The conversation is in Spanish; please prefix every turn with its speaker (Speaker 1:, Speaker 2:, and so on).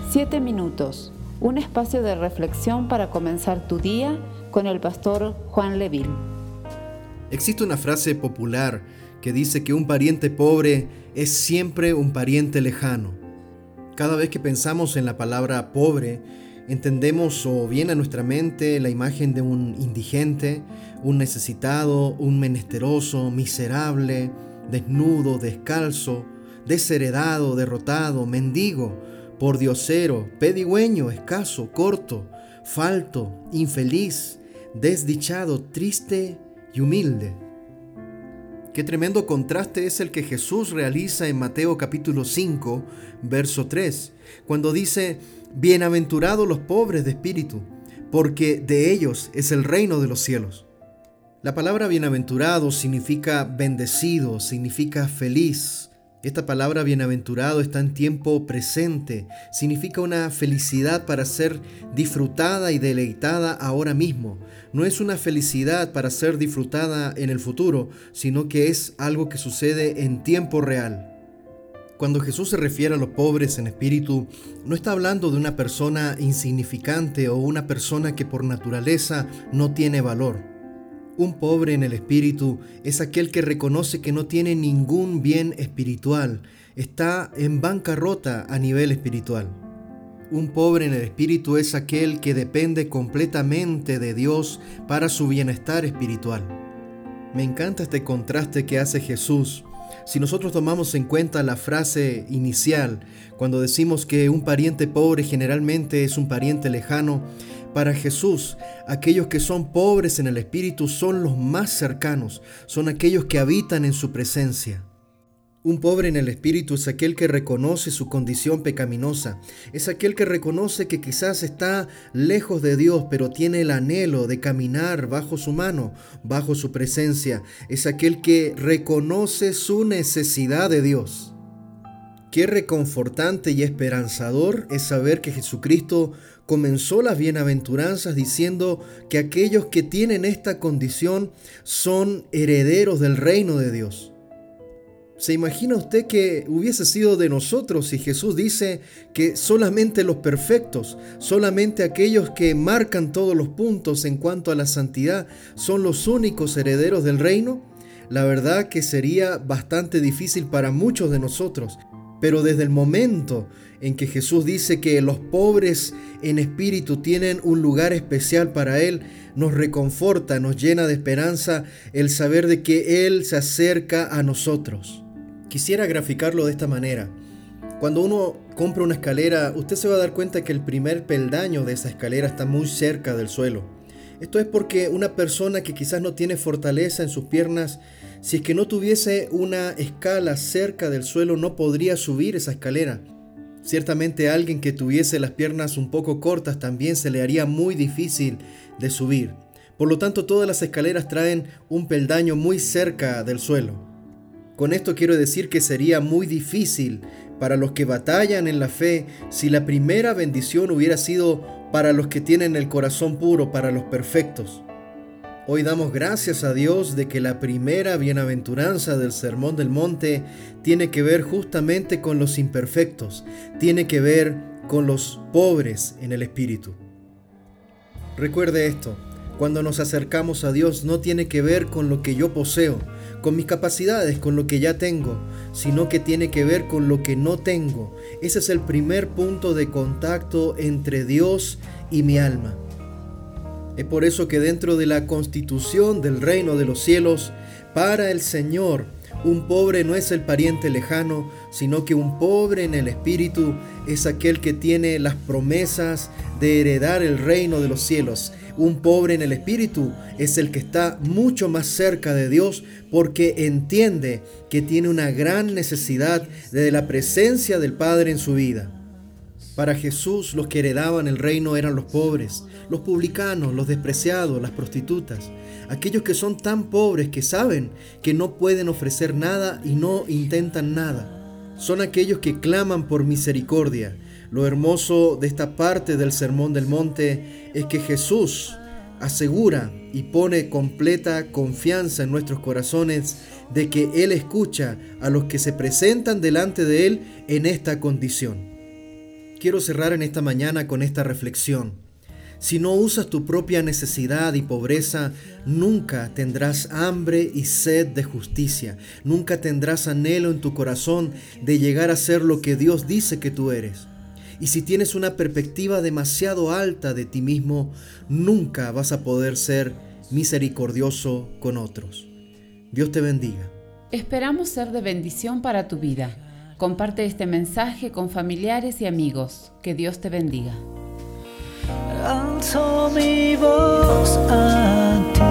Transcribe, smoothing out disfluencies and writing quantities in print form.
Speaker 1: 7 minutos, un espacio de reflexión para comenzar tu día con el pastor Juan Leville.
Speaker 2: Existe una frase popular que dice que un pariente pobre es siempre un pariente lejano. Cada vez que pensamos en la palabra pobre, entendemos o viene a nuestra mente la imagen de un indigente, un necesitado, un menesteroso, miserable, desnudo, descalzo, desheredado, derrotado, mendigo, pordiosero, pedigüeño, escaso, corto, falto, infeliz, desdichado, triste y humilde. Qué tremendo contraste es el que Jesús realiza en Mateo capítulo 5, verso 3, cuando dice: bienaventurados los pobres de espíritu, porque de ellos es el reino de los cielos. La palabra bienaventurado significa bendecido, significa feliz. Esta palabra bienaventurado está en tiempo presente, significa una felicidad para ser disfrutada y deleitada ahora mismo. No es una felicidad para ser disfrutada en el futuro, sino que es algo que sucede en tiempo real. Cuando Jesús se refiere a los pobres en espíritu, no está hablando de una persona insignificante o una persona que por naturaleza no tiene valor. Un pobre en el espíritu es aquel que reconoce que no tiene ningún bien espiritual, está en bancarrota a nivel espiritual. Un pobre en el espíritu es aquel que depende completamente de Dios para su bienestar espiritual. Me encanta este contraste que hace Jesús. Si nosotros tomamos en cuenta la frase inicial, cuando decimos que un pariente pobre generalmente es un pariente lejano, para Jesús, aquellos que son pobres en el espíritu son los más cercanos, son aquellos que habitan en su presencia. Un pobre en el espíritu es aquel que reconoce su condición pecaminosa, es aquel que reconoce que quizás está lejos de Dios, pero tiene el anhelo de caminar bajo su mano, bajo su presencia, es aquel que reconoce su necesidad de Dios. Qué reconfortante y esperanzador es saber que Jesucristo comenzó las bienaventuranzas diciendo que aquellos que tienen esta condición son herederos del reino de Dios. ¿Se imagina usted que hubiese sido de nosotros si Jesús dice que solamente los perfectos, solamente aquellos que marcan todos los puntos en cuanto a la santidad son los únicos herederos del reino? La verdad que sería bastante difícil para muchos de nosotros. Pero desde el momento en que Jesús dice que los pobres en espíritu tienen un lugar especial para Él, nos reconforta, nos llena de esperanza el saber de que Él se acerca a nosotros. Quisiera graficarlo de esta manera. Cuando uno compra una escalera, usted se va a dar cuenta que el primer peldaño de esa escalera está muy cerca del suelo. Esto es porque una persona que quizás no tiene fortaleza en sus piernas, si es que no tuviese una escala cerca del suelo, no podría subir esa escalera. Ciertamente a alguien que tuviese las piernas un poco cortas también se le haría muy difícil de subir. Por lo tanto, todas las escaleras traen un peldaño muy cerca del suelo. Con esto quiero decir que sería muy difícil para los que batallan en la fe si la primera bendición hubiera sido para los que tienen el corazón puro, para los perfectos. Hoy damos gracias a Dios de que la primera bienaventuranza del Sermón del Monte tiene que ver justamente con los imperfectos, tiene que ver con los pobres en el espíritu. Recuerde esto, cuando nos acercamos a Dios no tiene que ver con lo que yo poseo, con mis capacidades, con lo que ya tengo, sino que tiene que ver con lo que no tengo. Ese es el primer punto de contacto entre Dios y mi alma. Es por eso que dentro de la constitución del reino de los cielos, para el Señor, un pobre no es el pariente lejano, sino que un pobre en el espíritu es aquel que tiene las promesas de heredar el reino de los cielos. Un pobre en el espíritu es el que está mucho más cerca de Dios porque entiende que tiene una gran necesidad de la presencia del Padre en su vida. Para Jesús, los que heredaban el reino eran los pobres, los publicanos, los despreciados, las prostitutas, aquellos que son tan pobres que saben que no pueden ofrecer nada y no intentan nada. Son aquellos que claman por misericordia. Lo hermoso de esta parte del Sermón del Monte es que Jesús asegura y pone completa confianza en nuestros corazones de que Él escucha a los que se presentan delante de Él en esta condición. Quiero cerrar en esta mañana con esta reflexión. Si no usas tu propia necesidad y pobreza, nunca tendrás hambre y sed de justicia. Nunca tendrás anhelo en tu corazón de llegar a ser lo que Dios dice que tú eres. Y si tienes una perspectiva demasiado alta de ti mismo, nunca vas a poder ser misericordioso con otros. Dios te bendiga.
Speaker 1: Esperamos ser de bendición para tu vida. Comparte este mensaje con familiares y amigos. Que Dios te bendiga.
Speaker 3: Alzo mi voz a ti.